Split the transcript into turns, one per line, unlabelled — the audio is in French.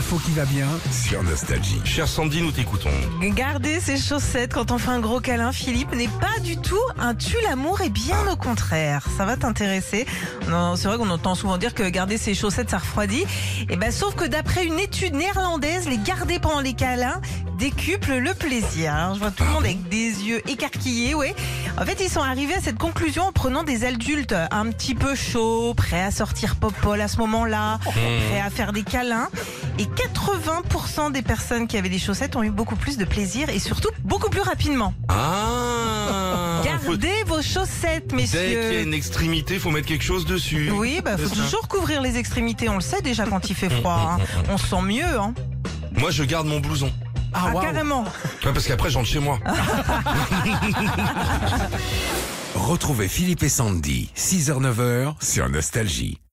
l'info qui va bien sur Nostalgie.
Chère Sandy, nous t'écoutons.
Garder ses chaussettes quand on fait un gros câlin, Philippe, n'est pas du tout un tue-l'amour et bien au contraire. Ça va t'intéresser. Non, c'est vrai qu'on entend souvent dire que garder ses chaussettes, ça refroidit. Et ben, sauf que d'après une étude néerlandaise, les garder pendant les câlins décuple le plaisir. Alors, je vois tout le monde avec des yeux écarquillés, ouais. En fait, ils sont arrivés à cette conclusion en prenant des adultes un petit peu chauds, prêts à sortir pop-pol à ce moment-là, prêts à faire des câlins. Et 80% des personnes qui avaient des chaussettes ont eu beaucoup plus de plaisir et surtout beaucoup plus rapidement. Gardez vos chaussettes,
Dès qu'il y a
messieurs.
une extrémité, faut mettre quelque chose dessus.
Oui, bah, faut
C'est ça.
toujours couvrir les extrémités, on le sait déjà quand il fait froid. Hein. On se sent mieux, hein.
Moi, je garde mon blouson.
Ah, carrément.
Ouais, parce qu'après, je rentre chez moi.
Retrouvez Philippe et Sandy, 6h-9h sur Nostalgie.